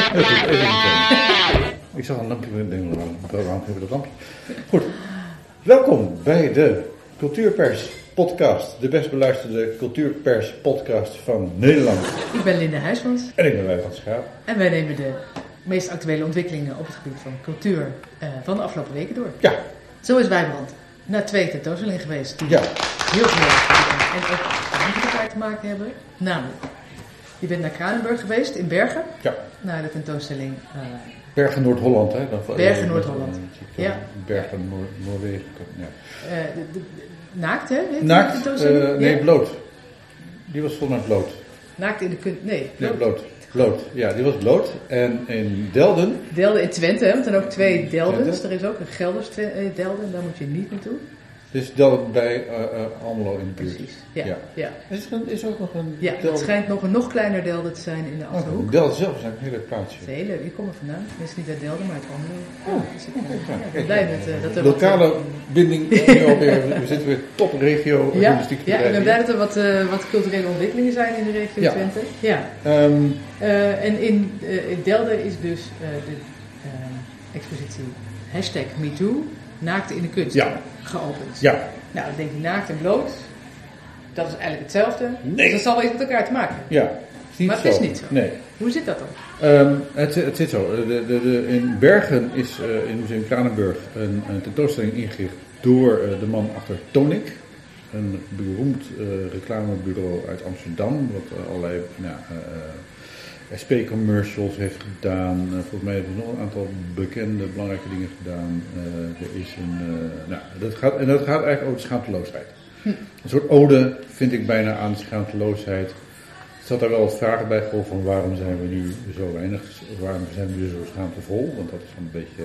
Ik zag een lampje, ik denk, waarom hebben we dat lampje? Goed, welkom bij de Cultuurpers podcast, de best beluisterde Cultuurpers podcast van Nederland. Ik ben Linda Huismans. En ik ben Wij van Schaap. En wij nemen de meest actuele ontwikkelingen op het gebied van cultuur van de afgelopen weken door. Ja. Zo is Wijbrand naar 2 tentoonstellingen geweest die Ja. heel veel en ook met elkaar te maken hebben. Namelijk, je bent naar Kranenburg geweest in Bergen, Ja. naar de tentoonstelling Bergen Noord-Holland, hè? Bergen Noord-Holland. Ja. Bergen Noorwegen. Ja. Naakt, hè? Heet Naakt? die tentoonstelling? Nee, Ja. bloot. Die was volgens mij bloot. Naakt in de kunst. Nee, Nee, bloot. Bloot. Ja, die was bloot. En in Delden. Delden in Twente, hè? Want er zijn ook 2 Deldens. Twente. Er is ook een Gelders Delden, daar moet je niet naartoe. Dus Delden bij Almelo in de buurt. Precies, ja. Is ook nog een Ja, Delden? het schijnt nog een nog kleiner Delden te zijn in de Achterhoek. Oh, Delden zelf is eigenlijk een hele plaatsje. Het is heel leuk. Ik kom er vandaan. Tenminste niet uit Delden, maar uit Almelo. Dus ik kijk. ben blij met dat er Lokale binding. Nu alweer, we zitten weer top regio journalistiek ja, ik ben blij dat er wat culturele ontwikkelingen zijn in de regio Ja. Twente. Ja. En in Delden is dus de expositie #MeToo, naakt in de kunst, geopend. Ja. Nou, dan denk je naakt en bloot. Dat is eigenlijk hetzelfde. Nee. Dus dat zal wel iets met elkaar te maken hebben. Ja. Maar het is niet zo. Nee. Hoe zit dat dan? Het zit zo. In Bergen is in Museum Kranenburg een tentoonstelling ingericht door de man achter Tonic. Een beroemd reclamebureau uit Amsterdam. Wat allerlei SP-commercials heeft gedaan. Volgens mij hebben ze nog een aantal bekende, belangrijke dingen gedaan. Er is dat gaat eigenlijk over de schaamteloosheid. Een soort ode vind ik bijna aan schaamteloosheid. Er zat daar wel wat vragen bij van waarom zijn we nu zo weinig, waarom zijn we nu zo schaamtevol, want dat is een beetje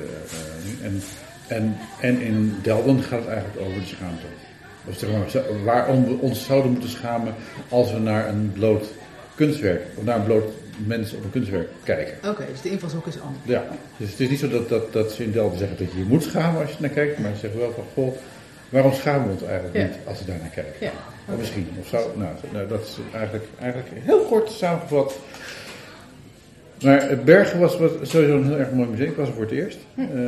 en in Delden gaat het eigenlijk over de schaamte. Dus zeg maar, waarom we ons zouden moeten schamen als we naar een bloot kunstwerk, of naar een bloot mens op een kunstwerk kijken. Oké, dus de invalshoek is anders. Ja, dus het is niet zo dat ze in Delden zeggen dat je je moet schamen als je naar kijkt, maar ze zeggen wel van, goh, waarom schamen we ons eigenlijk niet als we daar naar kijken? Ja. Of misschien, of zo. Nou, dat is eigenlijk heel kort samengevat. Maar Bergen was sowieso een heel erg mooi museum. Ik was er voor het eerst.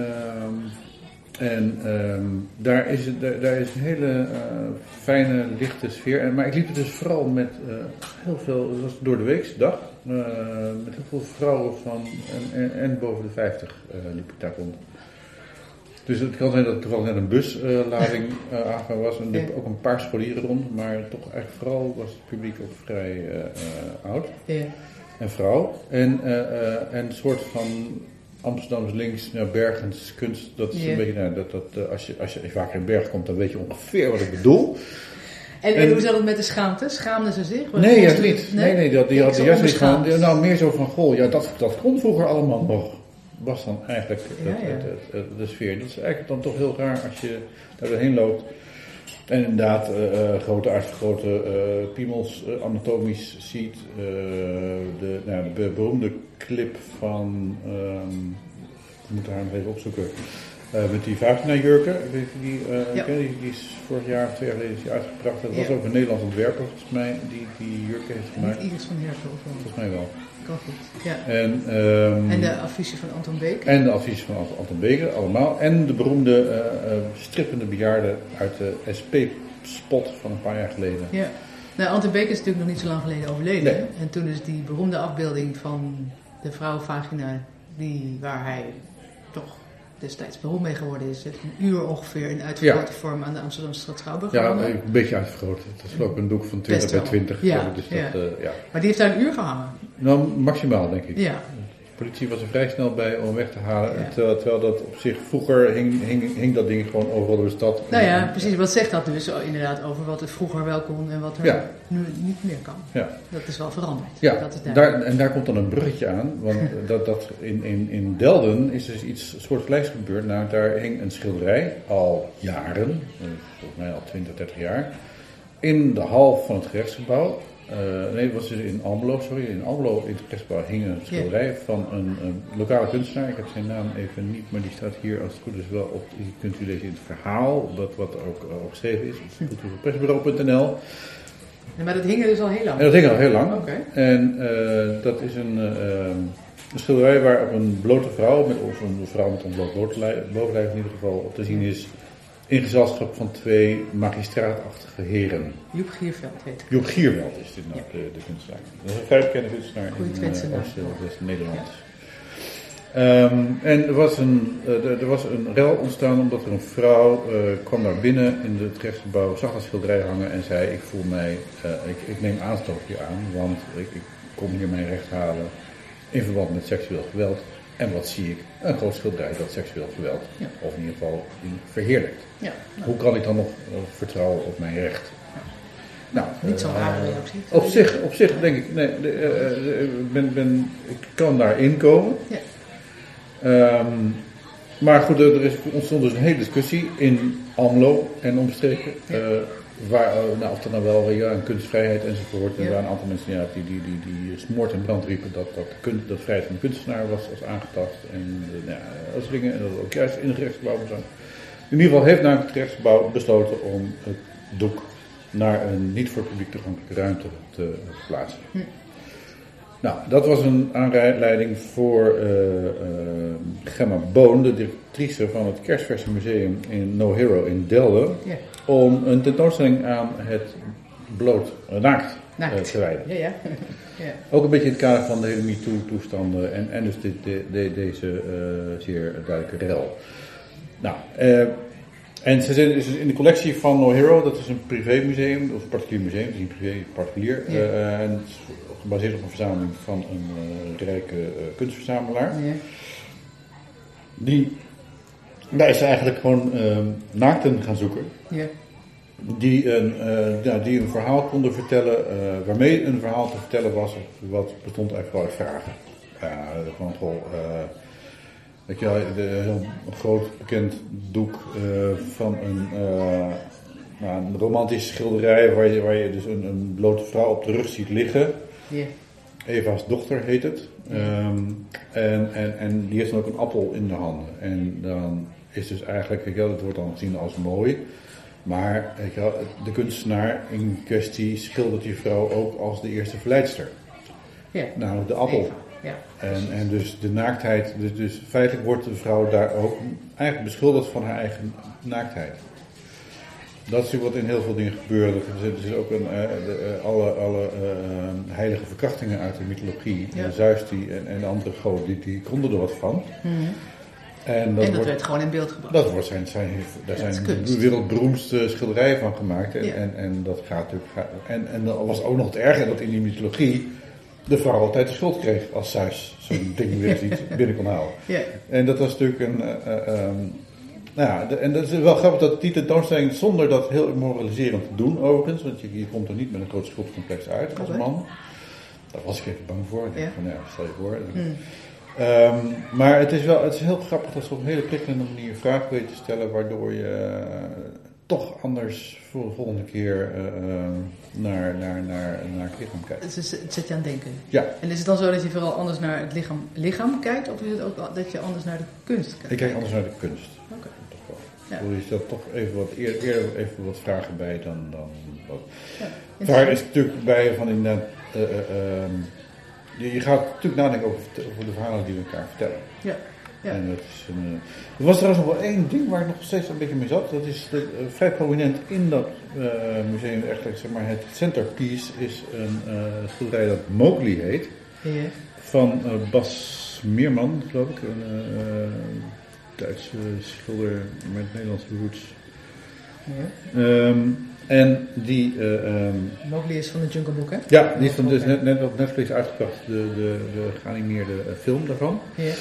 Daar is een hele fijne, lichte sfeer. Maar ik liep er dus vooral met heel veel, het was door de weekse dag, met heel veel vrouwen van en boven de 50 liep ik daar rond. Dus het kan zijn dat er toevallig net een buslading aangegaan was. En er liepen ook een paar scholieren rond. Maar toch eigenlijk vooral was het publiek ook vrij oud. Ja. En vrouw. En een soort van Amsterdams links naar Bergens kunst. Dat is een beetje, als je vaker in Bergen komt, dan weet je ongeveer wat ik bedoel. En hoe zat het met de schaamte? Schaamden ze zich? Nee, juist niet. Nee, die hadden juist niet van. Nou, meer zo van, goh, ja, dat kon vroeger allemaal nog. Was dan eigenlijk de sfeer. Dat is eigenlijk dan toch heel raar als je daar doorheen loopt. En inderdaad grote uitvergrote piemels anatomisch ziet. De beroemde clip van, ik moet haar nog even opzoeken, met die vagina-jurken. Die is vorig jaar of 2 jaar geleden uitgebracht. Dat was ook een Nederlands ontwerper volgens mij die jurken heeft gemaakt. Niet Iris van Hertel of wel? Volgens mij wel. Kan goed, ja. En de affiche van Anton Beek. En de affiches van Anton Beek, allemaal. En de beroemde strippende bejaarde uit de SP-spot van een paar jaar geleden. Ja. Nou, Anton Beek is natuurlijk nog niet zo lang geleden overleden. Nee. En toen is die beroemde afbeelding van de vrouw vagina, waar hij toch destijds beroemd mee geworden is, heeft een uur ongeveer in uitvergrote vorm aan de Amsterdamse stad Schouwburg gehangen. gehangen. Ja, een beetje uitvergroot. Het is ook een doek van 20 bij 20. Ja, dus ja. Dat, Maar die heeft daar een uur gehangen. Nou, maximaal denk ik. Ja. De politie was er vrij snel bij om hem weg te halen. Ja. Terwijl dat op zich vroeger hing dat ding gewoon overal door de stad. Nou ja, precies. Wat zegt dat dus inderdaad over wat er vroeger wel kon en wat er nu niet meer kan? Ja. Dat is wel veranderd. Ja, dat is daar komt dan een bruggetje aan. Want in Delden is dus iets soortgelijks gebeurd. Nou, daar hing een schilderij al jaren, volgens mij al 20, 30 jaar, in de hal van het gerechtsgebouw. Het was dus in Almelo, in Almelo in het gerechtsgebouw hing een schilderij van een lokale kunstenaar. Ik heb zijn naam even niet, maar die staat hier als het goed is wel op. Die kunt u lezen in het verhaal, wat er ook geschreven is op cultuurpressbureau.nl. Ja, maar dat hing er dus al heel lang? En dat hing al heel lang. Okay. En dat is Een schilderij waarop een blote vrouw, of een vrouw met een bloot bovenlijf in ieder geval, te zien is in gezelschap van 2 magistraatachtige heren. Joep Gierveld heet het. Joep Gierveld is dit nou, de kunstenaar. Dat is een vrij bekende kunstenaar in Oost-Nederland. En er was een rel ontstaan omdat er een vrouw kwam daar binnen in het rechtsgebouw, zag dat schilderij hangen en zei: ik voel mij, ik neem aanstoot hier aan, want ik kom hier mijn recht halen in verband met seksueel geweld. En wat zie ik? Een groot schilderij dat seksueel geweld, of in ieder geval verheerlijkt. Ja, nou. Hoe kan ik dan nog vertrouwen op mijn recht? Ja. Nou, niet zo'n rare reactie. Op zich denk ik, ik kan daarin komen. Ja. Maar goed, er ontstond dus een hele discussie in Almelo en omstreken. Of dat nou wel een kunstvrijheid enzovoort. En er waren een aantal mensen die smoord en brand riepen dat de vrijheid van de kunstenaar was aangetast. En dat soort dingen. En dat ook juist in het rechtsgebouw moest zijn. In ieder geval heeft namelijk het rechtsgebouw besloten om het doek naar een niet voor het publiek toegankelijke ruimte te plaatsen. Nou, dat was een aanleiding voor Gemma Boon, de directrice van het Kersverse Museum in No Hero in Delden, om een tentoonstelling aan het bloot naakt te wijden. Ja. Ook een beetje in het kader van de hele MeToo-toestanden en dus deze zeer duidelijke rel. Nou, en ze zijn dus in de collectie van No Hero, dat is een privémuseum, of een particulier museum, het is niet privé, particulier. En het is gebaseerd op een verzameling van een rijke kunstverzamelaar. Daar is ze eigenlijk gewoon naakten gaan zoeken. Die een verhaal konden vertellen, waarmee een verhaal te vertellen was, wat bestond eigenlijk uit vragen. Weet je wel, een heel groot bekend doek van een romantische schilderij waar je dus een blote vrouw op de rug ziet liggen. Eva's dochter heet het. En die heeft dan ook een appel in de handen. En dan is dus eigenlijk, het wordt dan gezien als mooi. Maar de kunstenaar in kwestie schildert die vrouw ook als de eerste verleidster. Nou, de appel. En dus de naaktheid, dus feitelijk wordt de vrouw daar ook eigenlijk beschuldigd van haar eigen naaktheid. Dat is natuurlijk wat in heel veel dingen gebeurt. Er is ook alle heilige verkrachtingen uit de mythologie. Zeus en de andere goden, die konden er wat van. En dat werd gewoon in beeld gebracht. Daar zijn wereldberoemdste schilderijen van gemaakt. En dat gaat natuurlijk. En dan was ook nog het erge dat in die mythologie de vrouw altijd de schuld kreeg als Zeus zo'n ding weer iets binnen kon halen. En dat was natuurlijk en dat is wel grappig dat die tentoonstelling, zonder dat heel moraliserend te doen overigens, want je komt er niet met een groot schuldcomplex uit als man. Daar was ik even bang voor. Ik denk van, stel je voor. Maar het is heel grappig dat ze op een hele prikkelende manier vragen weten te stellen, waardoor je toch anders voor de volgende keer naar het lichaam kijkt. Dus het zet je aan het denken. Ja. En is het dan zo dat je vooral anders naar het lichaam kijkt, of is het ook dat je anders naar de kunst kijkt? Ik kijk anders naar de kunst. Oké. Je stelt toch even wat eerder even wat vragen bij dan wat. Daar is natuurlijk bij van inderdaad. Je gaat natuurlijk nadenken over de verhalen die we elkaar vertellen. Ja. En dat is er was trouwens nog wel één ding waar ik nog steeds een beetje mee zat. Dat is vrij prominent in dat museum. Eigenlijk, zeg maar, het centerpiece is een schilderij dat Mowgli heet. Van Bas Meerman, geloof ik. Een Duitse schilder met Nederlandse roots. En die... Mowgli is van de Jungle Book, hè? Ja, die is van dus net op Netflix uitgebracht. De geanimeerde film daarvan.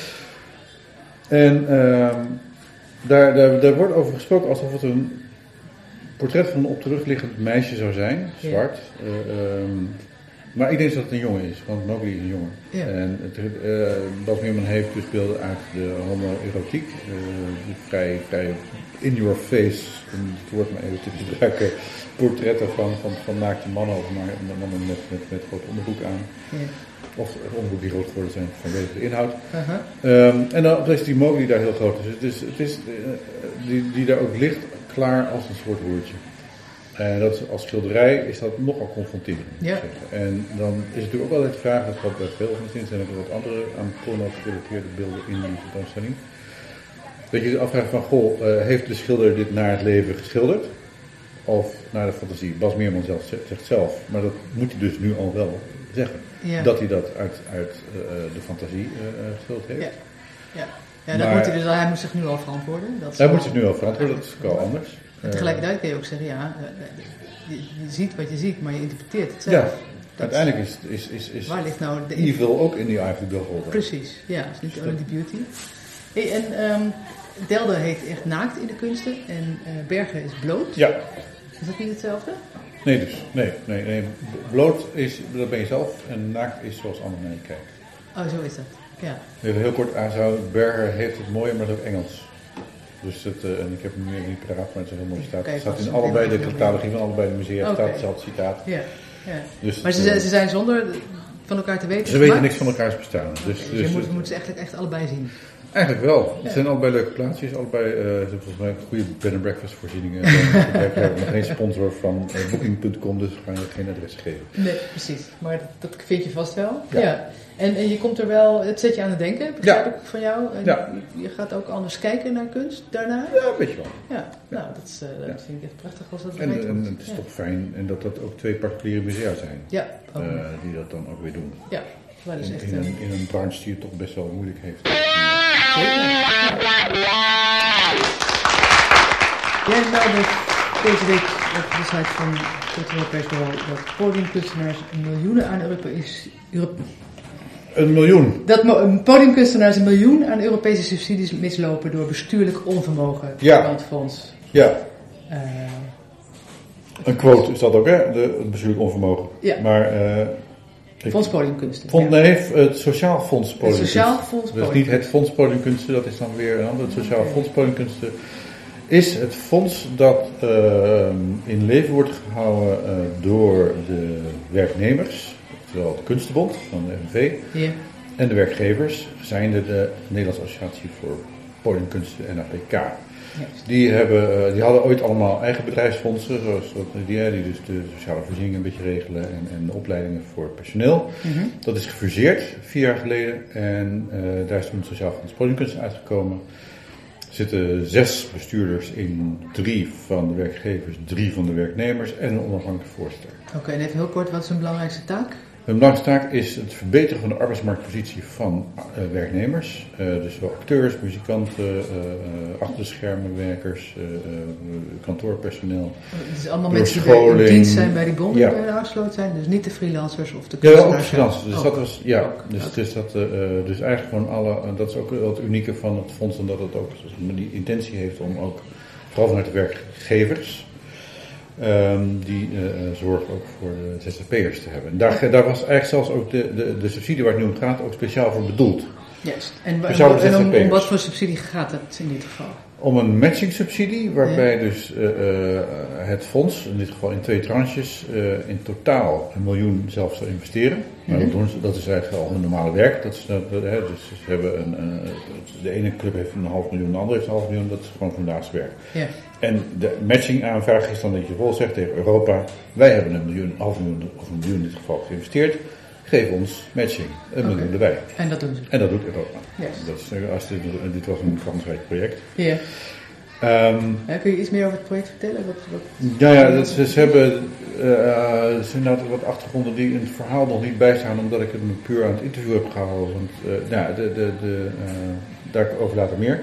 En daar wordt over gesproken alsof het een portret van een op de rug liggend meisje zou zijn, zwart. Maar ik denk dat het een jongen is, want Mowgli is een jongen. En Bas Meerman heeft dus beelden uit de homoerotiek, vrij in your face, om het woord maar even te gebruiken, portretten van naakte mannen of mannen met groot onderbroek aan. Of onderbroek die rood geworden zijn vanwege de inhoud. En dan is die Mowgli daar heel groot. Dus het is die daar ook ligt, klaar als een soort roertje. En dat als schilderij is dat nogal confronterend. Ja. En dan is het natuurlijk ook altijd de vraag, dat gaat bij veel van de zijn ook wat andere aan porno gerelateerde beelden in die tentoonstelling. Dat je je afvraagt van, heeft de schilder dit naar het leven geschilderd? Of naar de fantasie? Bas Meerman zegt zelf, maar dat moet hij dus nu al wel zeggen. Ja. Dat hij dat uit de fantasie geschilderd heeft. Ja, dat moet hij dus al, hij moet zich nu al verantwoorden. Hij moet zich nu al verantwoorden, dat is wel anders. En tegelijkertijd kun je ook zeggen, je ziet wat je ziet, maar je interpreteert het zelf. Ja, uiteindelijk is waar ligt nou de evil ook in die Eye of the Beholder. Precies, ja, het is niet only the beauty. Hey, en Delde heet echt naakt in de kunsten en Bergen is bloot. Ja. Is dat niet hetzelfde? Nee, dus. Nee. Bloot is, dat ben je zelf en naakt is zoals anderen naar je kijkt. Oh, zo is dat. Ja. Even heel kort aanhouden, Berger heeft het mooie, maar dat is ook Engels. Dus en ik heb hem nu niet paraat, maar het is een heel mooi citaat. Het staat in allebei de catalogie van allebei de musea, staat hetzelfde citaat. Ja. Dus maar ze zijn zonder van elkaar te weten. Ze weten niks van elkaars bestaan. Dus je moet ze eigenlijk echt allebei zien. Eigenlijk wel. Het zijn allebei leuke plaatsjes. Allebei volgens mij goede bed and breakfast voorzieningen. We hebben nog geen sponsor van Booking.com, dus we gaan je geen adres geven. Nee, precies. Maar dat vind je vast wel. Ja. En je komt er wel, het zet je aan het denken, begrijp ik van jou. En je gaat ook anders kijken naar kunst daarna. Ja, een beetje wel. Ja, nou, dat vind ik echt prachtig als dat en het is toch fijn en dat ook twee particuliere musea zijn. Ja. Die dat dan ook weer doen. Ja. Dus echt, in een branche die het toch best wel moeilijk heeft. Jij meldde deze week op de site van Cultureel Persbureau dat podiumkunstenaars miljoenen aan Een miljoen? Dat podiumkunstenaars 1 miljoen aan Europese subsidies mislopen door bestuurlijk onvermogen van het fonds. Ja. Een quote is dat ook, hè? Het bestuurlijk onvermogen. Ja. Maar... Fonds Podiumkunsten. Nee, het Sociaal Fonds Podiumkunsten. Het Sociaal Fonds Dus niet het Fonds Podiumkunsten, dat is dan weer een ander. Het Sociaal Fonds Podiumkunsten is het fonds dat in leven wordt gehouden door de werknemers, oftewel de Kunstenbond van de FNV, en de werkgevers, zijnde de Nederlandse Associatie voor Podiumkunsten, NAPK. Die hadden ooit allemaal eigen bedrijfsfondsen, zoals die dus de sociale voorzieningen een beetje regelen en de opleidingen voor personeel. Mm-hmm. Dat is gefuseerd 4 jaar geleden en daar is toen het Sociaal Fonds Podiumkunsten uitgekomen. Er zitten 6 bestuurders in, 3 van de werkgevers, 3 van de werknemers en een onafhankelijk voorzitter. Oké, en even heel kort, wat is hun belangrijkste taak? Hun belangrijkste taak is het verbeteren van de arbeidsmarktpositie van werknemers. Dus zowel acteurs, muzikanten, achter de schermen werkers, kantoorpersoneel. Het is allemaal mensen die in dienst zijn bij die bonden die bij aangesloten zijn, dus niet de freelancers of de kunstenaars. Ja, ook freelancers. Dus dat was, dus eigenlijk gewoon alle, dat is ook het unieke van het fonds, en dat het ook die intentie heeft om ook, vooral vanuit de werkgevers, die zorgen ook voor de ZZP'ers te hebben. En daar was eigenlijk zelfs ook de subsidie waar het nu om gaat ook speciaal voor bedoeld. Juist. En om wat voor subsidie gaat het in dit geval? Om een matching subsidie, waarbij dus het fonds, in dit geval in 2 tranches, in totaal 1 miljoen zelf zou investeren. Maar dat is eigenlijk al hun normale werk. Dus ze hebben de ene club heeft 500.000, de andere heeft 500.000, dat is gewoon vandaag's werk. Ja. En de matching aanvraag is dan dat je bijvoorbeeld zegt tegen Europa, wij hebben 1 miljoen, 500.000 of 1 miljoen in dit geval geïnvesteerd. Geef ons matching, 1 miljoen erbij. En dat doen ze. En dat doet Europa. Yes. Dit was een kansrijk project. Ja. Kun je iets meer over het project vertellen? Ze hebben inderdaad wat achtergronden die in het verhaal nog niet bijstaan, omdat ik het puur aan het interview heb gehouden. Want daarover later meer.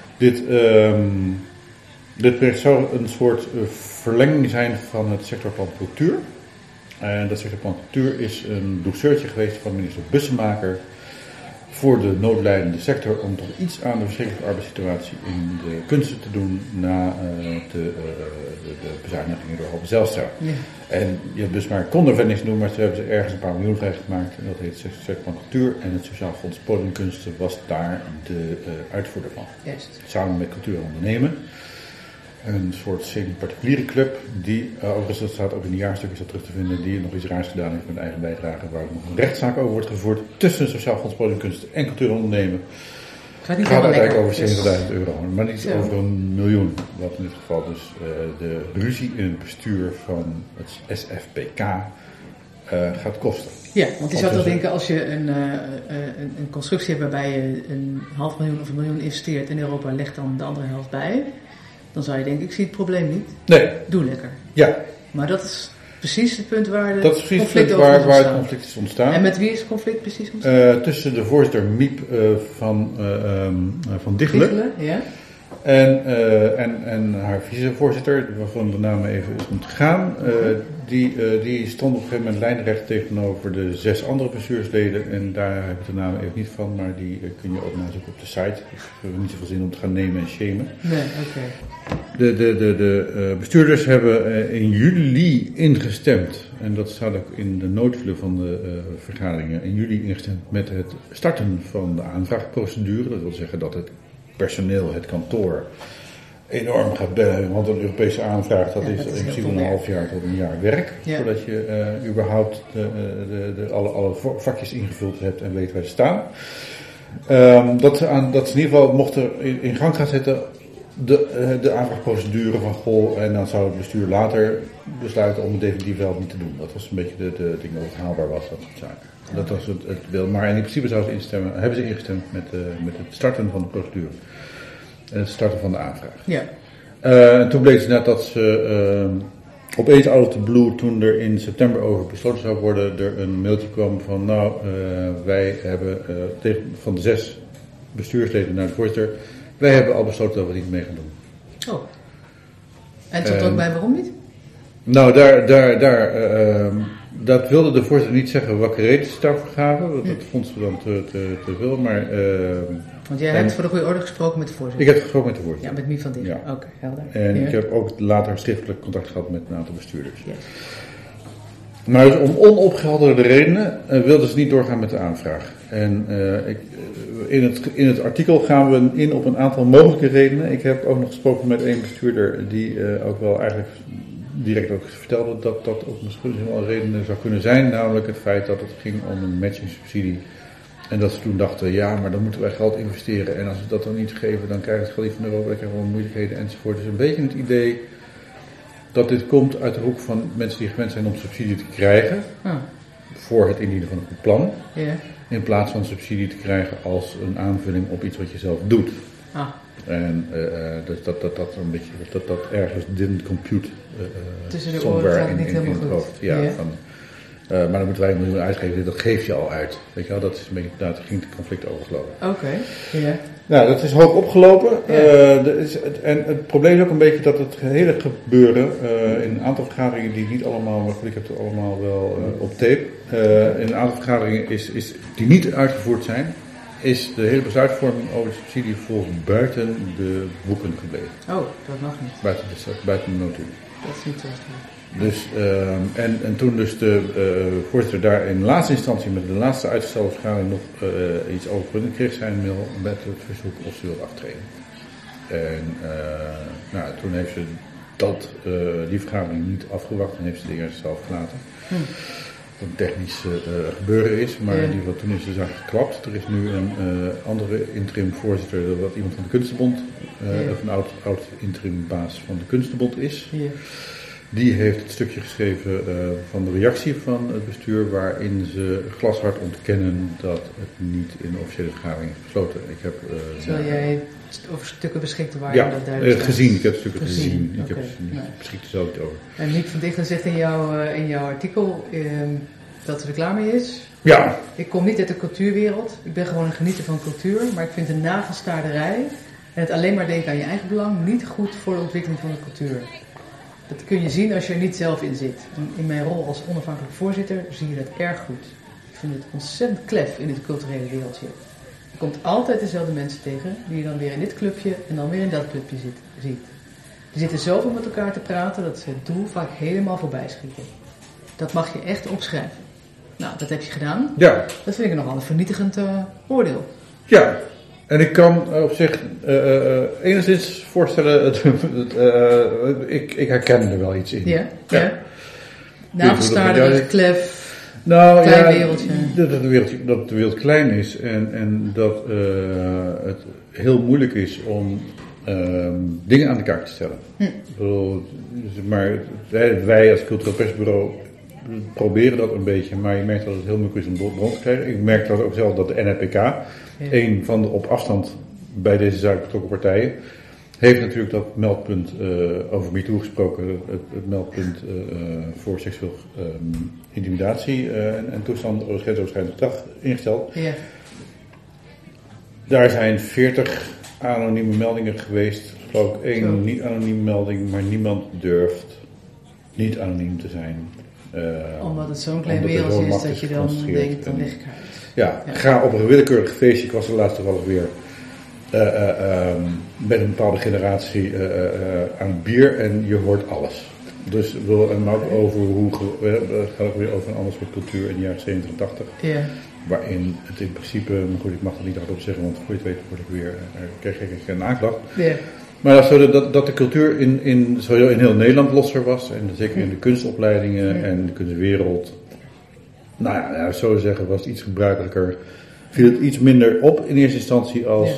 Dit project zou een soort verlenging zijn van het sectorplan cultuur. En dat sectorplan cultuur is een dousseurtje geweest van minister Bussemaker voor de noodlijdende sector om toch iets aan de verschrikkelijke arbeidssituatie in de kunsten te doen na de bezuinigingen door Halbe Zijlstra. Ja. En Bussemaker kon er verder niks doen, maar ze hebben ergens een paar miljoen vrijgemaakt en dat heet het sectorplan cultuur en het Sociaal Fonds Podiumkunsten was daar de uitvoerder van. Juist. Samen met Cultuur en Ondernemen. Een soort semi-particuliere club die, overigens dat staat ook in de jaarstukjes al terug te vinden, die nog iets raars gedaan heeft met eigen bijdrage, waar nog een rechtszaak over wordt gevoerd tussen Sociaal Fonds Podiumkunsten en Cultuur en Ondernemen. gaat niet gaat helemaal uiteindelijk lekker. over €70.000, maar niet over €1 miljoen. Wat in dit geval dus de ruzie in het bestuur van het SFPK gaat kosten. Ja, want je zou toch denken, als je een constructie hebt waarbij je $500.000 of $1 miljoen investeert in Europa, legt dan de andere helft bij, dan zou je denken, ik zie het probleem niet. Nee. Doe lekker. Ja. Maar dat is precies het punt waar het conflict is ontstaan. En met wie is het conflict precies ontstaan? Tussen de voorzitter Miep van Diggelen. Ja. En haar vicevoorzitter, waarvan de naam even is ontgaan, die stond op een gegeven moment lijnrecht tegenover de 6 andere bestuursleden. En daar heb ik de naam even niet van, maar die kun je ook nazoeken op de site. Dus we hebben niet zoveel zin om te gaan nemen en shamen. Nee, oké. De bestuurders hebben in juli ingestemd, en dat staat ook in de noodvullen van de vergaderingen, in juli ingestemd met het starten van de aanvraagprocedure. Dat wil zeggen dat het personeel, het kantoor, enorm gaat bellen. Want een Europese aanvraag, dat is in principe een half jaar tot een jaar werk. Ja. Voordat je überhaupt alle vakjes ingevuld hebt en weet waar ze staan. Dat ze in ieder geval mochten in gang gaan zetten de aanvraagprocedure van goh. En dan zou het bestuur later besluiten om het definitief wel niet te doen. Dat was een beetje de ding dat het haalbaar was, dat soort zaken. Dat was het wil. Maar in principe hebben ze ingestemd met het starten van de procedure. En het starten van de aanvraag. Ja. En toen bleek ze net dat ze opeens out of the blue, toen er in september over besloten zou worden, er een mailtje kwam van wij hebben van de 6 bestuursleden naar de voorzitter, wij hebben al besloten dat we niet mee gaan doen. Oh. En het zat ook bij waarom niet? Nou, dat wilde de voorzitter niet zeggen welke reden ze daarvoor gaven. Dat vond ze dan te veel, maar... Want jij hebt voor de goede orde gesproken met de voorzitter? Ik heb gesproken met de voorzitter. Ja, met Miep van Diggelen. Ja. Oké, helder. En ik heb ook later schriftelijk contact gehad met een aantal bestuurders. Yes. Maar dus om onopgehelderde redenen wilden ze niet doorgaan met de aanvraag. En in het artikel gaan we in op een aantal mogelijke redenen. Ik heb ook nog gesproken met een bestuurder die ook wel eigenlijk direct ook vertelde dat ook misschien wel een reden zou kunnen zijn. Namelijk het feit dat het ging om een matching subsidie. En dat ze toen dachten, ja, maar dan moeten wij geld investeren. En als we dat dan niet geven, dan krijgen we het geld niet van Europa, dan krijgen we moeilijkheden enzovoort. Dus een beetje het idee dat dit komt uit de hoek van mensen die gewend zijn om subsidie te krijgen. Voor het indienen van een goed plan. Yeah. In plaats van subsidie te krijgen als een aanvulling op iets wat je zelf doet. En dus dat een beetje, dat ergens didn't compute tussen de oren gaat het niet helemaal goed. Hoofd. Ja, yeah. Maar dan moeten wij $1 miljoen uitgeven, dat geef je al uit. Weet je wel, dat is een beetje, daar ging het conflict over gelopen. Oké, ja. Nou, dat is hoog opgelopen. En het probleem is ook een beetje dat het hele gebeuren in een aantal vergaderingen die niet allemaal, maar goed, ik heb het allemaal wel op tape. In een aantal vergaderingen die niet uitgevoerd zijn, is de hele besluitvorming over de subsidie volgens buiten de boeken gebleven. Oh, dat mag niet. Buiten de notulen. Dat is niet zo. Dus, en toen dus de voorzitter daar in laatste instantie met de laatste uitgestelde vergadering nog iets over kreeg zij een mail met het verzoek of ze wil aftreden. En toen heeft ze die vergadering niet afgewacht en heeft ze de eerste zelf gelaten. Wat een technisch gebeuren is, maar in ieder geval toen is de zaak geklapt. Er is nu een andere interim voorzitter, dat iemand van de Kunstenbond, of een oud interim baas van de Kunstenbond is. Ja. Die heeft het stukje geschreven van de reactie van het bestuur, waarin ze glashard ontkennen dat het niet in de officiële vergadering is besloten. Ik heb, Terwijl jij over stukken beschikte waar je dat duidelijk gezien. Ik heb stukken gezien. Ik heb beschikte er zelf niet over. En Miep van Diggelen zegt in jouw artikel dat het er klaar mee is. Ja. Ik kom niet uit de cultuurwereld. Ik ben gewoon een genieter van cultuur. Maar ik vind de navelstaarderij en het alleen maar denken aan je eigen belang niet goed voor de ontwikkeling van de cultuur. Dat kun je zien als je er niet zelf in zit. In mijn rol als onafhankelijk voorzitter zie je dat erg goed. Ik vind het ontzettend klef in dit culturele wereldje. Je komt altijd dezelfde mensen tegen, die je dan weer in dit clubje en dan weer in dat clubje ziet. Die zitten zoveel met elkaar te praten dat ze het doel vaak helemaal voorbij schieten. Dat mag je echt opschrijven. Nou, dat heb je gedaan. Ja. Dat vind ik nogal een vernietigend oordeel. Ja. En ik kan op zich enigszins voorstellen, ik herken er wel iets in. Ja. Navelstaarderig, klef. Nou klein wereldje. Dat de wereld klein is en dat het heel moeilijk is om dingen aan de kaak te stellen. Ik bedoel, maar wij als cultureel persbureau proberen dat een beetje, maar je merkt dat het heel moeilijk is om bron te krijgen. Ik merk dat ook zelf dat de NRPK, een van de op afstand bij deze zaak betrokken partijen, heeft natuurlijk dat meldpunt over MeToo gesproken, het meldpunt voor seksueel intimidatie en toestanden grensoverschrijdend gedrag ingesteld. Ja. Daar zijn 40 anonieme meldingen geweest, geloof ik 1 niet-anonieme melding, maar niemand durft niet anoniem te zijn. Omdat het zo'n klein wereldje is dat je dan denkt, dan leg ik uit. Ja, ga op een willekeurig feestje, ik was er laatst toevallig weer met een bepaalde generatie aan het bier en je hoort alles. Dus en ook over het gaat ook weer over een ander soort cultuur in de jaren 70 en 80. Ja. Waarin het in principe, maar goed, ik mag het niet hardop zeggen, want voor je het weet word ik weer, krijg ik een aanklacht. Ja. Maar dat de cultuur sowieso in heel Nederland losser was, en zeker in de kunstopleidingen en de kunstwereld. Nou ja, zo zeggen, was het iets gebruikelijker. Viel het iets minder op in eerste instantie als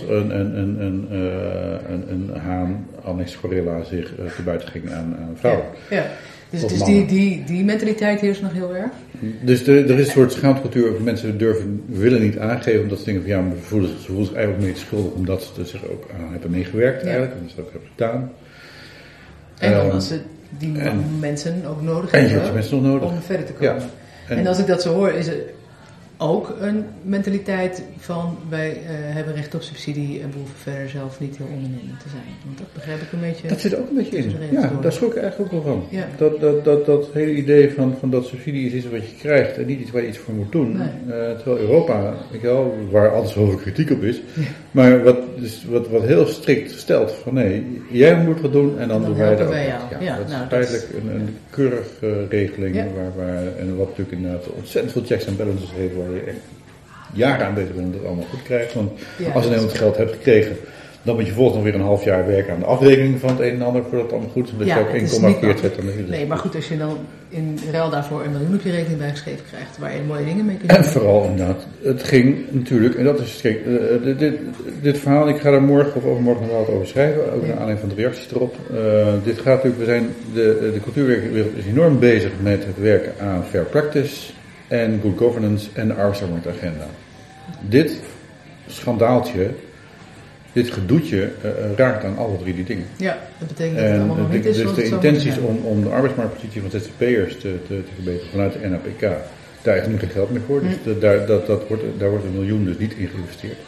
een haan, Annex Gorilla, zich te buiten ging aan vrouwen. Ja. Dus die mentaliteit heerst nog heel erg? Dus er is een soort schaamtecultuur. Mensen willen niet aangeven omdat ze denken van ja, maar ze voelen zich eigenlijk een beetje schuldig omdat ze er zich ook aan hebben meegewerkt eigenlijk. En dat hebben gedaan. En dan als ze die mensen ook nodig hebben mensen nog nodig om verder te komen. Ja. En als ik dat zo hoor, is het ook een mentaliteit van wij hebben recht op subsidie en behoeven verder zelf niet heel ondernemend te zijn. Want dat begrijp ik een beetje. Dat zit er ook een beetje in. Ja, daar schrok ik eigenlijk ook wel van. Ja. Dat hele idee van dat subsidie is iets wat je krijgt en niet iets waar je iets voor moet doen. Nee. Terwijl Europa, waar altijd zoveel kritiek op is, maar wat heel strikt stelt van nee, jij moet het doen en dan doen wij dat. Ja, dat is feitelijk een keurige regeling en wat natuurlijk inderdaad ontzettend veel checks en balances heeft waar je echt jaren aan bezig bent om dat allemaal goed krijgt. Want als je het geld hebt gekregen, dan moet je volgens nog weer een half jaar werken aan de afrekening van het een en ander voordat het allemaal goed is. Omdat je ook 1,4 keer zet. Nee, maar goed, als je dan in ruil daarvoor $1 miljoen op je rekening bijgeschreven krijgt, waar je mooie dingen mee kunt doen. En vooral inderdaad, het ging natuurlijk, en dat is dit verhaal, ik ga er morgen of overmorgen nog wat over schrijven, ook naar aanleiding van de reacties erop. Dit gaat natuurlijk, de cultuurwereld is enorm bezig met het werken aan fair practice en good governance en de arbeidsmarktagenda. Dit schandaaltje, dit gedoetje raakt aan alle 3 die dingen. Ja, dat betekent dat het allemaal nog niet is. Dus de intenties om de arbeidsmarktpositie van ZZP'ers te verbeteren vanuit de NAPK, daar is nu geen geld meer voor. Dus daar wordt $1 miljoen dus niet in geïnvesteerd.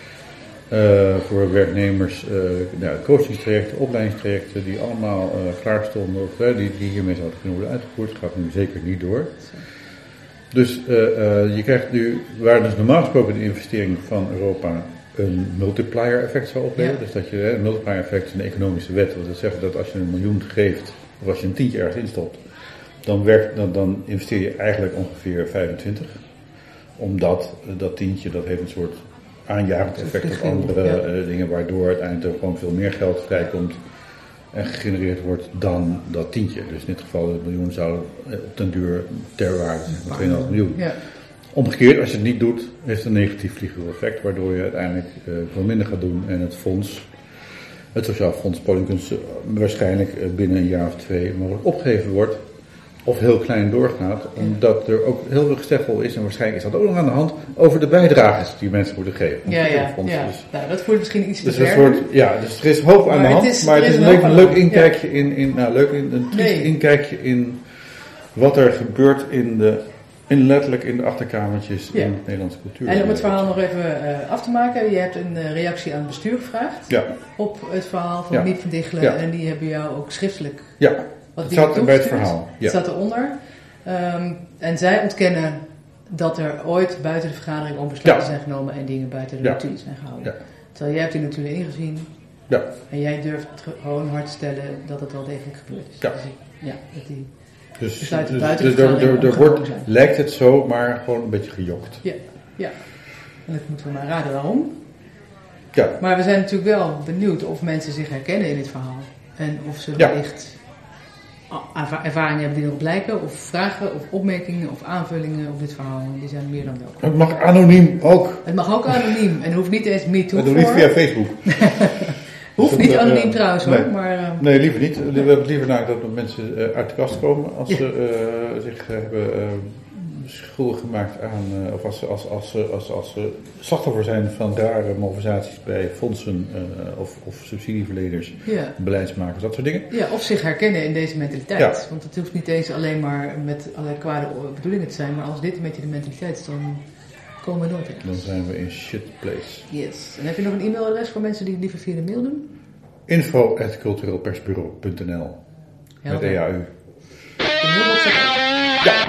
Voor werknemers, coachingstrajecten, opleidingstrajecten die allemaal klaar stonden of die hiermee zouden kunnen worden uitgevoerd. Dat gaat nu zeker niet door. Dus je krijgt nu, waar dus normaal gesproken de investering van Europa een multiplier effect zou opleveren. Ja. Dus dat je een multiplier effect is een economische wet. Dat wil zeggen dat als je $1 miljoen geeft, of als je een tientje ergens instopt, dan investeer je eigenlijk ongeveer 25. Omdat dat tientje, dat heeft een soort aanjagend effect op andere dingen, waardoor uiteindelijk er gewoon veel meer geld vrijkomt en gegenereerd wordt dan dat tientje. Dus in dit geval $1 miljoen zou op den duur ter waarde zijn van $2,5 miljoen. Ja. Omgekeerd, als je het niet doet, heeft het een negatief vliegwiel-effect, waardoor je uiteindelijk veel minder gaat doen en het Sociaal Fonds Podiumkunst waarschijnlijk binnen een jaar of 2 mogelijk opgegeven wordt of heel klein doorgaat, omdat er ook heel veel gesteggel is en waarschijnlijk is dat ook nog aan de hand over de bijdrages die mensen moeten geven. Ja. Dus, nou, dat voert misschien iets te ver. Dus er is hoop aan de hand, maar het is een leuk inkijkje een triest inkijkje in wat er gebeurt letterlijk in de achterkamertjes in het Nederlandse cultuur. En om het verhaal nog even af te maken, je hebt een reactie aan het bestuur gevraagd op het verhaal van Miep van Dichelen en die hebben jou ook schriftelijk. Ja. Het zat bij het verhaal. Het zat eronder. En zij ontkennen dat er ooit buiten de vergadering besluiten zijn genomen en dingen buiten de notulen zijn gehouden. Ja. Terwijl jij hebt die notulen ingezien. Ja. En jij durft gewoon hard te stellen dat het wel degelijk gebeurd is. Ja. Dus lijkt het zo, maar gewoon een beetje gejokt. Ja. En dat moeten we maar raden waarom. Ja. Maar we zijn natuurlijk wel benieuwd of mensen zich herkennen in dit verhaal. En of ze wellicht ervaringen hebben die erop lijken, of vragen, of opmerkingen, of aanvullingen op dit verhaal. Die zijn meer dan welkom. Het mag anoniem ook. Het mag ook anoniem. En hoeft niet eens MeToo Dat doe niet via Facebook. Hoeft niet anoniem trouwens hoor. Maar, nee, liever niet. We hebben het liever nadat mensen uit de kast komen als ze zich hebben schuldig gemaakt aan, of als ze slachtoffer zijn van rare malversaties bij fondsen of subsidieverleners, beleidsmakers, dat soort dingen. Ja, of zich herkennen in deze mentaliteit. Ja. Want het hoeft niet eens alleen maar met allerlei kwade bedoelingen te zijn, maar als dit een beetje de mentaliteit is, dan komen we nooit ergens. Dan zijn we in shit place. Yes. En heb je nog een e-mailadres voor mensen die het liever via de mail doen? info@cultureelpersbureau.nl met EAU. Ja.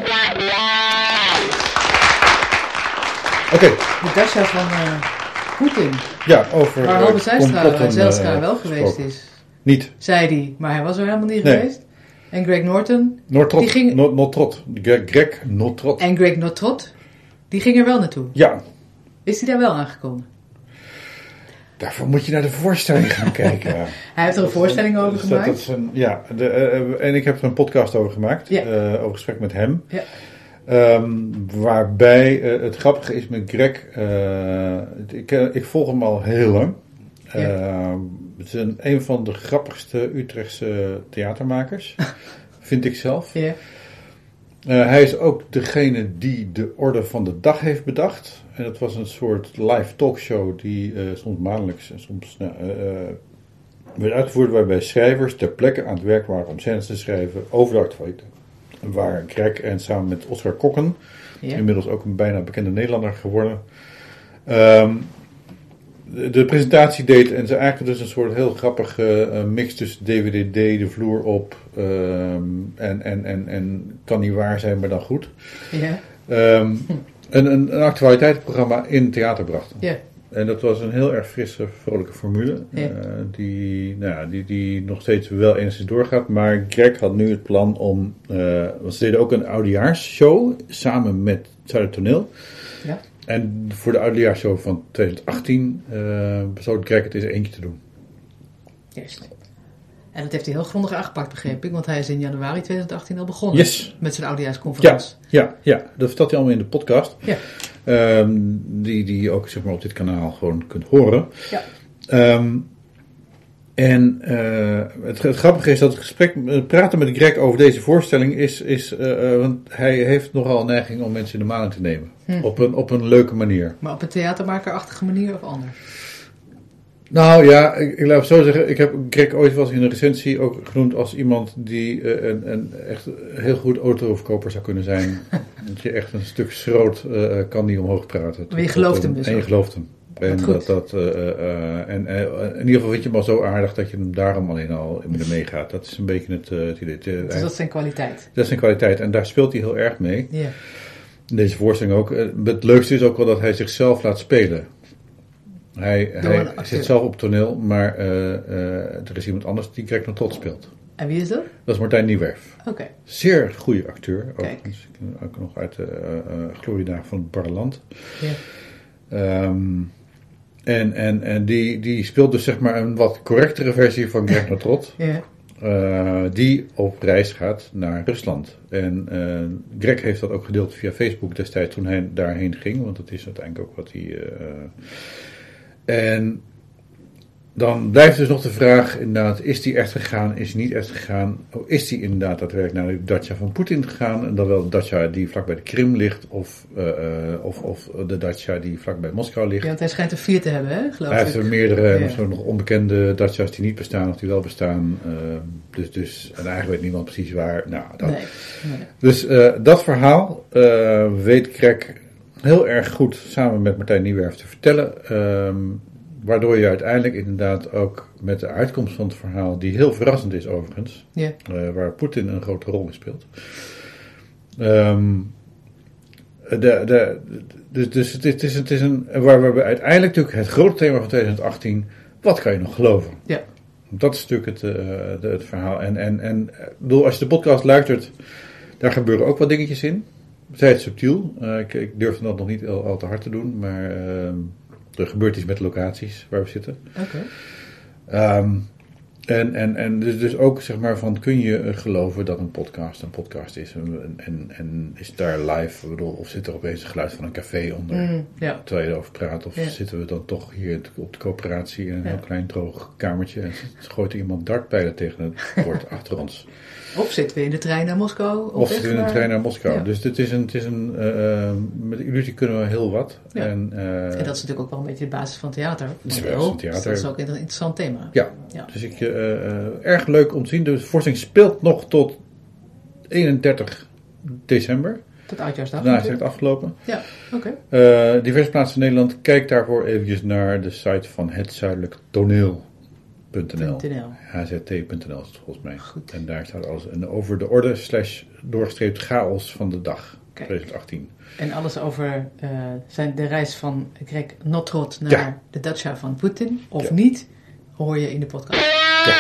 Oké. De Dasha van Poetin. Ja, over... Waar Halbe Zijlstra wel geweest is. Niet. Zei hij, maar hij was er helemaal niet geweest. En Greg Norton. Notrot. Greg Notrot. En Greg Notrot, die ging er wel naartoe. Ja. Is hij daar wel aangekomen? Daarvoor moet je naar de voorstelling gaan kijken. Hij heeft er een voorstelling over gemaakt. En ik heb er een podcast over gemaakt. Ja. Over gesprek met hem. Ja. Waarbij het grappige is met Greg. Ik volg hem al heel lang. Het is een van de grappigste Utrechtse theatermakers. Vind ik zelf. Ja. Hij is ook degene die de orde van de dag heeft bedacht. En dat was een soort live talkshow die soms maandelijks en soms werd uitgevoerd, waarbij schrijvers ter plekke aan het werk waren om scènes te schrijven over de actualiteit. Waar Greg en samen met Oscar Kokken, inmiddels ook een bijna bekende Nederlander geworden, de presentatie deed. En ze eigenlijk dus een soort heel grappige mix tussen DWDD, de vloer op en kan niet waar zijn, maar dan goed. Ja. Een actualiteitsprogramma in theater brachten. Ja. En dat was een heel erg frisse, vrolijke formule. Ja. Die nog steeds wel enigszins doorgaat. Maar Greg had nu het plan om... want ze deden ook een oudejaarsshow samen met Zuidertoneel. Ja. En voor de oudejaarsshow van 2018 besloot Greg het eens eentje te doen. Juist. En dat heeft hij heel grondig aangepakt, begreep ik. Want hij is in januari 2018 al begonnen met zijn oudejaarsconferentie. Ja. Dat vertelt hij allemaal in de podcast. Ja. Die je ook zeg maar, op dit kanaal gewoon kunt horen. Ja. Het grappige is dat het gesprek, praten met Greg over deze voorstelling want hij heeft nogal een neiging om mensen in de maling te nemen. Op een leuke manier. Maar op een theatermakerachtige manier of anders? Nou ja, ik laat het zo zeggen. Ik heb Greg ooit wel eens in een recensie ook genoemd als iemand die een echt heel goed autoverkoper zou kunnen zijn. Dat je echt een stuk schroot kan die omhoog praten. Maar je gelooft hem dus. En je gelooft hem. En in ieder geval vind je hem al zo aardig dat je hem daarom alleen al mee meegaat. Dat is een beetje het idee. Dus dat is zijn kwaliteit. Dat is zijn kwaliteit. En daar speelt hij heel erg mee. Ja. In deze voorstelling ook. Het leukste is ook wel dat hij zichzelf laat spelen. Hij zit zelf op toneel, maar er is iemand anders die Greg Notrot speelt. En wie is dat? Dat is Martijn Niewerf. Oké. Zeer goede acteur. Kijk. Ook nog uit de gloriedagen van het Barreland. Ja. En die speelt dus zeg maar een wat correctere versie van Greg Notrot. Ja. Die op reis gaat naar Rusland. En Greg heeft dat ook gedeeld via Facebook destijds toen hij daarheen ging. Want dat is uiteindelijk ook wat hij... En dan blijft dus nog de vraag, inderdaad, is die echt gegaan, is die niet echt gegaan? Is die inderdaad daadwerkelijk naar de Dacia van Poetin gegaan? En dan wel de Dacia die vlakbij de Krim ligt, of de Dacia die vlakbij Moskou ligt. Ja, want hij schijnt er 4 te hebben, hè, geloof ik. Hij heeft er meerdere, zo nog onbekende Dacia's die niet bestaan, of die wel bestaan. En eigenlijk weet niemand precies waar. Nou, dat. Nee. Dus dat verhaal weet Greg heel erg goed samen met Martijn Niewerf te vertellen. Waardoor je uiteindelijk inderdaad ook met de uitkomst van het verhaal, die heel verrassend is overigens, waar Poetin een grote rol in speelt. Dus het is waar we uiteindelijk natuurlijk het grote thema van 2018, wat kan je nog geloven? Ja. Dat is natuurlijk het verhaal. En als je de podcast luistert, daar gebeuren ook wat dingetjes in. Zij het subtiel. Ik durf dat nog niet al te hard te doen, maar er gebeurt iets met de locaties waar we zitten. Oké. En dus ook zeg maar van, kun je geloven dat een podcast is en is daar live, of zit er opeens het geluid van een café onder, terwijl je erover praat, of zitten we dan toch hier op de coöperatie in een heel klein droog kamertje en gooit er iemand dartpijlen tegen het bord achter ons. Of zitten we in de trein naar Moskou. Of zitten we in de trein naar Moskou. Ja. Dus het is met illusie kunnen we heel wat. Ja. En dat is natuurlijk ook wel een beetje de basis van theater. Dus dat is ook een interessant thema. Ja. Dus erg leuk om te zien. De voorstelling speelt nog tot 31 december. Tot oudjaarsdag. Daarna is het afgelopen. Ja, oké. Diverse plaatsen in Nederland. Kijk daarvoor eventjes naar de site van Het Zuidelijk Toneel. HZT.nl is het volgens mij. Goed. En daar staat alles over de orde / chaos van de dag 2018. En alles over de reis van Greg Notrot naar de dacha van Poetin, of niet, hoor je in de podcast. Ja.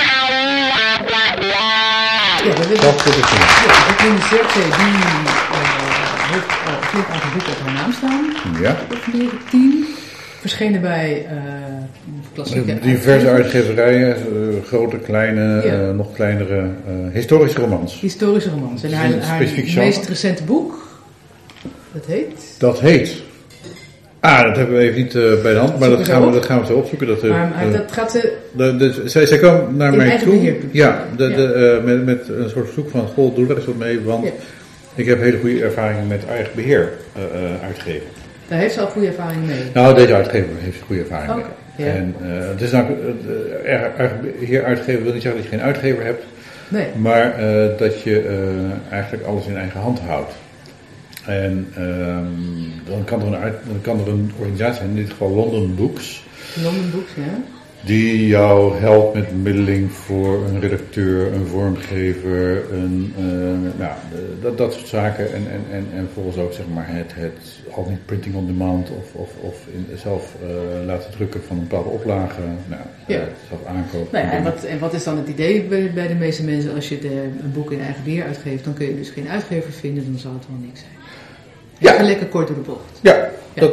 De Klinische Zerkzee, die heeft een flink aantal boeken op haar naam staan. Ja. 10. Verschenen bij klassieke diverse uitgeverijen, grote, kleine, nog kleinere historische romans. Historische romans. En haar meest recente boek, dat heet? Dat hebben we even niet bij de hand, maar dat gaan we zo opzoeken. Dat gaat ze... Zij kwam naar mij toe. Ja, met een soort verzoek van, doe er eens wat mee, want ik heb hele goede ervaringen met eigen beheer uitgeven. Daar heeft ze al goede ervaring mee? Nou, deze uitgever heeft goede ervaring mee. Ja. En het is nou, hier uitgever wil niet zeggen dat je geen uitgever hebt, nee. Maar dat je eigenlijk alles in eigen hand houdt. En dan kan er een organisatie zijn, in dit geval London Books. London Books, ja. Die jou helpt met middeling voor een redacteur, een vormgever, dat soort zaken. En volgens ook zeg maar het al niet printing on demand of zelf laten drukken van een bepaalde oplage. Zelf aankopen. Nou ja, en wat is dan het idee bij de meeste mensen? Als je een boek in eigen beheer uitgeeft, dan kun je dus geen uitgever vinden, dan zal het wel niks zijn. Even lekker kort door de bocht. Ja.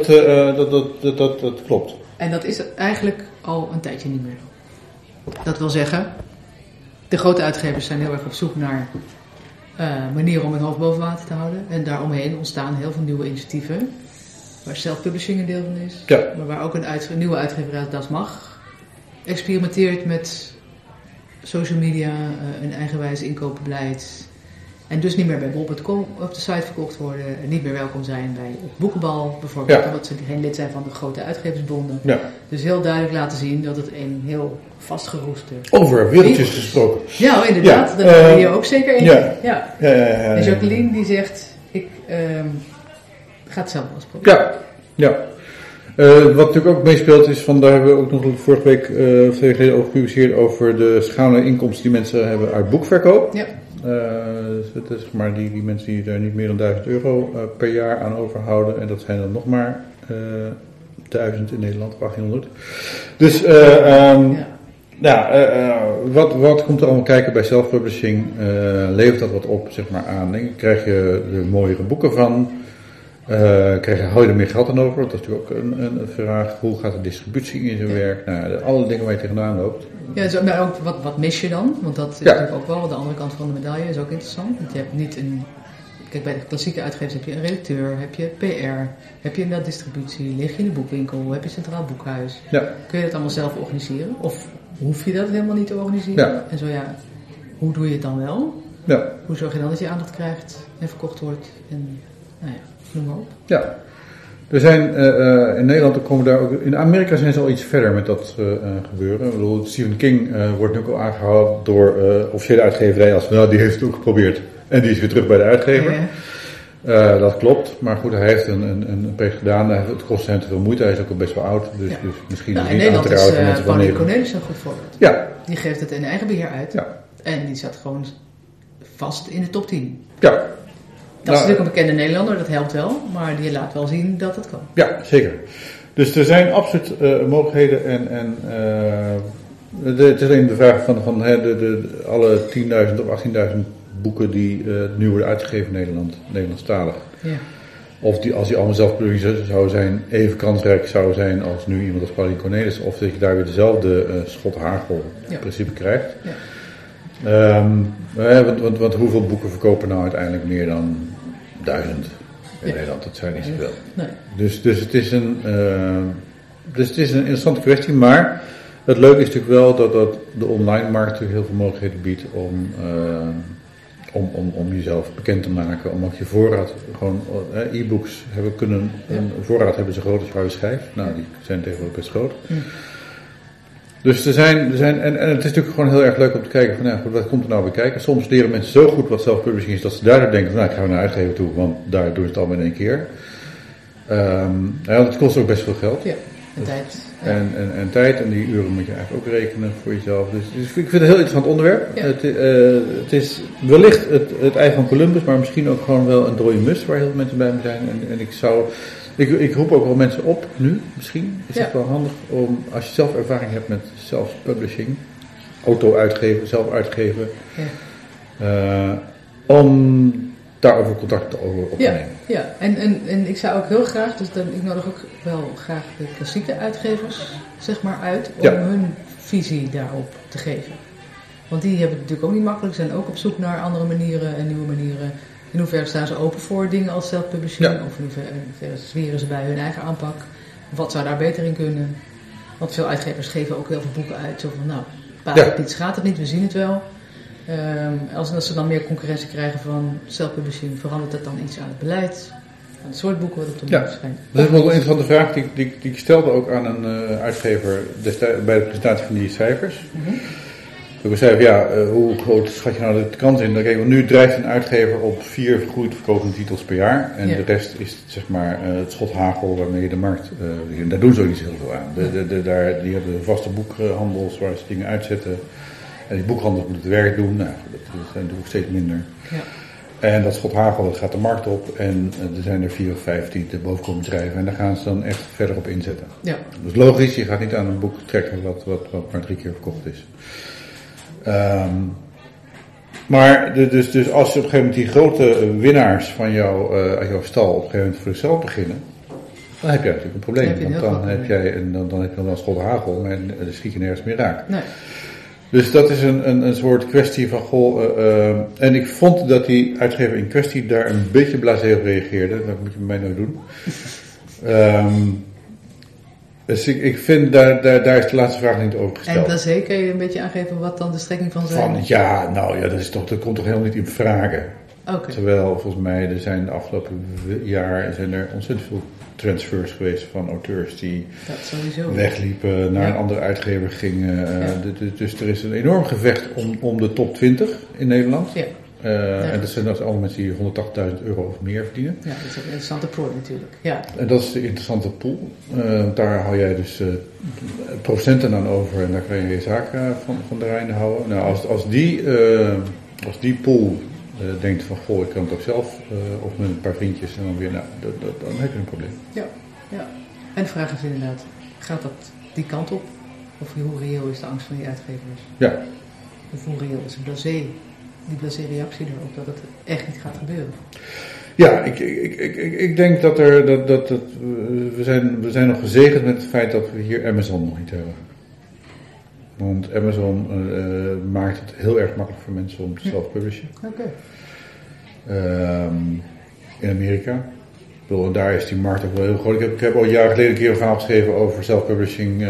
Dat klopt. En dat is eigenlijk al een tijdje niet meer zo. Dat wil zeggen, de grote uitgevers zijn heel erg op zoek naar manieren om hun hoofd boven water te houden. En daaromheen ontstaan heel veel nieuwe initiatieven. Waar self-publishing een deel van is. Ja. Maar waar ook een nieuwe uitgever uit Das Mag experimenteert met social media, een eigenwijs inkoopbeleid. En dus niet meer bij bol.com op de site verkocht worden. En niet meer welkom zijn bij het boekenbal bijvoorbeeld. Omdat ze geen lid zijn van de grote uitgeversbonden. Ja. Dus heel duidelijk laten zien dat het een heel vastgeroeste... Over wereldjes gesproken. Ja, inderdaad. Daar ben je ook zeker in. Ja. En Jacqueline die zegt, ik ga het zelf wel eens proberen. Ja. Wat natuurlijk ook meespeelt is van, daar hebben we ook nog vorige week of 2 weken geleden over gepubliceerd over de schaalde inkomsten die mensen hebben uit boekverkoop. Ja. Het is maar die mensen die daar niet meer dan €1000 per jaar aan overhouden. En dat zijn dan nog maar 1000 in Nederland, 1800. Dus wat komt er allemaal kijken bij self-publishing? Levert dat wat op, zeg maar, aan? Krijg je er mooiere boeken van? Hou je er meer geld aan over? Dat is natuurlijk ook een vraag. Hoe gaat de distributie in zijn werk? Alle dingen waar je tegenaan loopt. Ja, maar ook wat mis je dan? Want dat is natuurlijk ook wel de andere kant van de medaille, is ook interessant. Want je hebt niet een... Kijk, bij de klassieke uitgevers heb je een redacteur, heb je PR, heb je inderdaad distributie, lig je in de boekwinkel, heb je centraal boekhuis. Ja. Kun je dat allemaal zelf organiseren? Of hoef je dat helemaal niet te organiseren? Ja. En zo hoe doe je het dan wel? Ja. Hoe zorg je dan dat je aandacht krijgt en verkocht wordt? En noem maar op. Ja. Er zijn in Nederland komen daar ook... In Amerika zijn ze al iets verder met dat gebeuren. Ik bedoel, Stephen King wordt nu ook al aangehaald door officiële uitgeverij als die heeft het ook geprobeerd. En die is weer terug bij de uitgever. Ja. Dat klopt. Maar goed, hij heeft een project gedaan. Het kost hem te veel moeite. Hij is ook al best wel oud. Dus misschien in Nederland is Paulien Cornelis een goed voorbeeld. Ja. Die geeft het in eigen beheer uit. Ja. En die zat gewoon vast in de top 10. Ja. Dat is natuurlijk een bekende Nederlander, dat helpt wel, maar die laat wel zien dat het kan. Ja, zeker. Dus er zijn absoluut mogelijkheden en het is alleen de vraag van alle 10.000 of 18.000 boeken die nu worden uitgegeven in Nederland, Nederlandstalig. Ja. Of als die allemaal zelfpublishing zou zijn, even kansrijk zou zijn als nu iemand als Pauline Cornelis. Of dat je daar weer dezelfde schot hagel in principe krijgt. Ja. Want hoeveel boeken verkopen nou uiteindelijk meer dan 1000 in Nederland? Dat zijn niet zoveel. Nee. Dus het is een interessante kwestie, maar het leuke is natuurlijk wel dat de online markt natuurlijk heel veel mogelijkheden biedt om jezelf bekend te maken, om ook je voorraad, gewoon e-books een voorraad hebben zo groot als jouw schijf. Nou, die zijn tegenwoordig best groot. Dus er zijn en het is natuurlijk gewoon heel erg leuk om te kijken van, wat komt er nou bij kijken. Soms leren mensen zo goed wat self-publishing is, dat ze daardoor denken van, ik ga naar uitgever toe, want daar doen ze het allemaal in één keer. Het kost ook best veel geld. Ja, en tijd. Ja. En tijd, en die uren moet je eigenlijk ook rekenen voor jezelf. Dus ik vind het een heel interessant onderwerp. Ja. Het is wellicht het ei van Columbus, maar misschien ook gewoon wel een dode mus waar heel veel mensen bij me zijn. En ik roep ook wel mensen op, nu misschien, is het wel handig om, als je zelf ervaring hebt met self-publishing, auto uitgeven, zelf uitgeven, om daarover contact over op te nemen. Ja. En ik zou ook heel graag, dus ik nodig ook wel graag de klassieke uitgevers, zeg maar, uit, om hun visie daarop te geven. Want die hebben het natuurlijk ook niet makkelijk, zijn ook op zoek naar andere manieren en nieuwe manieren. In hoeverre staan ze open voor dingen als self-publishing? Of in hoeverre zweren ze bij hun eigen aanpak? Wat zou daar beter in kunnen? Want veel uitgevers geven ook heel veel boeken uit. Zo van, iets gaat het niet, we zien het wel. Als ze dan meer concurrentie krijgen van self-publishing, verandert dat dan iets aan het beleid? Aan het soort boeken wat op de markt zijn? Dat is wel een interessante vraag die ik stelde ook aan een uitgever bij de presentatie van die cijfers. Mm-hmm. Ik zei, hoe groot schat je nou de kans in? Kijk, nu drijft een uitgever op 4 goed verkopende titels per jaar. En de rest is zeg maar het schot hagel waarmee je de markt... daar doen ze ook niet zo heel veel aan. Die hebben vaste boekhandels waar ze dingen uitzetten. En die boekhandels moeten het werk doen. Nou, dat zijn natuurlijk steeds minder. Ja. En dat schot hagel, dat gaat de markt op. En er zijn er 4 of 5 die erboven komen drijven. En daar gaan ze dan echt verder op inzetten. Ja. Dus logisch, je gaat niet aan een boek trekken wat maar 3 keer verkocht is. Maar dus als je op een gegeven moment die grote winnaars van jouw stal op een gegeven moment voor zichzelf beginnen, dan heb je natuurlijk een probleem. Want dan heb je dan schot hagel en dan schiet je nergens meer raak. Nee. Dus dat is een soort kwestie van en ik vond dat die uitgever in kwestie daar een beetje blasé op reageerde. Dat moet je bij mij nou doen. Dus ik vind, daar is de laatste vraag niet over gesteld. En blasé, kun je een beetje aangeven wat dan de strekking van zijn? Dat komt toch helemaal niet in vragen. Okay. Terwijl volgens mij er zijn de afgelopen jaar ontzettend veel transfers geweest van auteurs die wegliepen, naar een andere uitgever gingen. Dus er is een enorm gevecht om de top 20 in Nederland. Ja. En dat zijn dus allemaal mensen die €180.000 of meer verdienen. Ja, dat is een interessante pool natuurlijk. Ja. En dat is de interessante pool. Daar hou jij dus procenten aan over en daar kan je je zaak van draaiende houden. Nou, als die pool denkt van, ik kan het ook zelf, of met een paar vriendjes en dan weer, dan heb je een probleem. Ja. En de vraag is inderdaad, gaat dat die kant op? Of hoe reëel is de angst van die uitgevers? Ja. Of hoe reëel is die blasé reactie erop, dat het echt niet gaat gebeuren? Ja, ik denk dat we zijn nog gezegend met het feit dat we hier Amazon nog niet hebben. Want Amazon maakt het heel erg makkelijk voor mensen om te self-publishen. Okay. In Amerika. En daar is die markt ook wel heel groot. Ik heb al jaren geleden een keer een verhaal geschreven over self-publishing.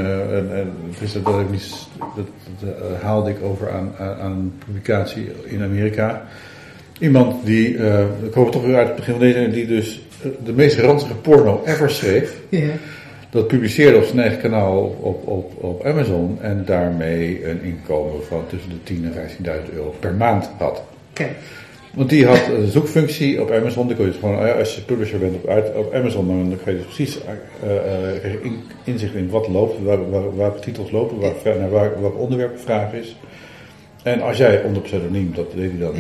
Dat haalde ik over aan een publicatie in Amerika. Iemand die, ik hoop toch weer uit het begin van deze, die dus de meest ranzige porno ever schreef. Yeah. Dat publiceerde op zijn eigen kanaal op Amazon en daarmee een inkomen van tussen de 10.000 en 15.000 € per maand had. Okay. Want die had een zoekfunctie op Amazon. Dan kon je dus gewoon, als je publisher bent op Amazon, dan kan je dus precies inzicht in wat loopt, welke titels lopen, naar welk onderwerp de vraag is. En als jij onder pseudoniem, dat deed hij dan.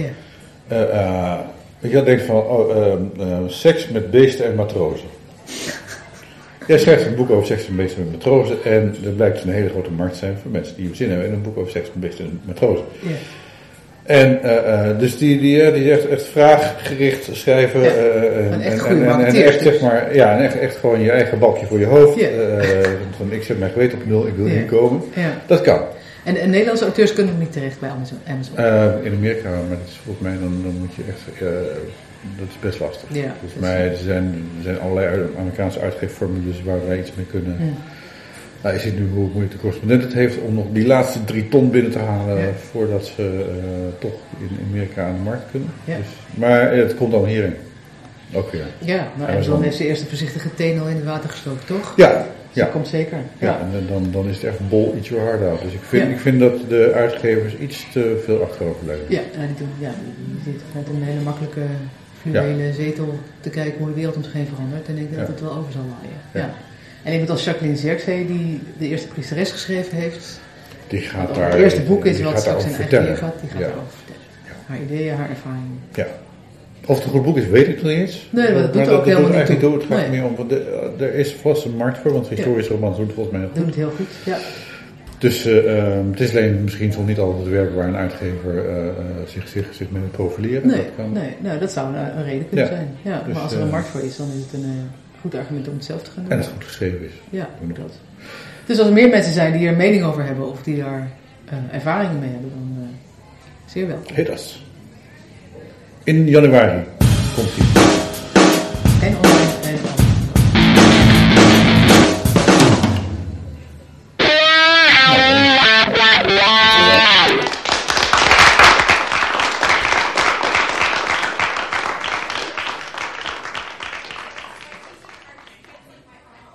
Je denkt van seks met beesten en matrozen. Jij schrijft een boek over seks met beesten en matrozen en er blijkt dus een hele grote markt te zijn voor mensen die zin hebben in een boek over seks met beesten en matrozen. En dus die echt vraaggericht schrijven. En echt goed en echt, zeg maar, ja, en echt gewoon je eigen balkje voor je hoofd. Van ik zet mijn geweten op 0, ik wil hier komen. Ja. Dat kan. En Nederlandse auteurs kunnen ook niet terecht bij Amazon? In Amerika, maar dat is volgens mij, dan moet je echt... dat is best lastig. Ja, volgens mij er zijn allerlei Amerikaanse uitgeefformules waar wij iets mee kunnen... Nou, je ziet nu hoe moeilijk de correspondent het heeft om nog die laatste 3 ton binnen te halen voordat ze toch in Amerika aan de markt kunnen. Ja. Dus, maar het komt dan hierin. Ook weer. Ja, maar Amazon heeft ze eerst een voorzichtige teen al in het water gestoken, toch? Ja. Dus dat komt zeker. Ja, en dan is het echt bol eat your heart out. Dus ik vind dat de uitgevers iets te veel achterover leunen. Ja, je zit met een hele makkelijke fluwelen zetel te kijken hoe de wereld om zich heen verandert. En ik denk dat het wel over zal waaien. Ja. En iemand als Jacqueline Zirkzee, die de eerste priesteres geschreven heeft. Die gaat daar... Het eerste boek is wat straks zijn eigen leer gaat. Die gaat daarover vertellen. Ja. Haar ideeën, haar ervaringen. Ja. Of het een goed boek is, weet ik nog niet eens. Nee, maar dat doet ook helemaal niet toe. Het gaat meer om, want er is vast een markt voor, want historische romans doen het volgens mij heel goed. Doen het heel goed, ja. Dus het is alleen misschien soms niet altijd het werk waar een uitgever zich mee moet profileren. Nee, dat zou een reden kunnen zijn. Ja, dus, maar als er een markt voor is, dan is het een goed argument om het zelf te gaan doen. En als het goed geschreven is. Ja, dat. Dus als er meer mensen zijn die er een mening over hebben of die daar ervaringen mee hebben, dan zeer welkom. Hit us. In januari.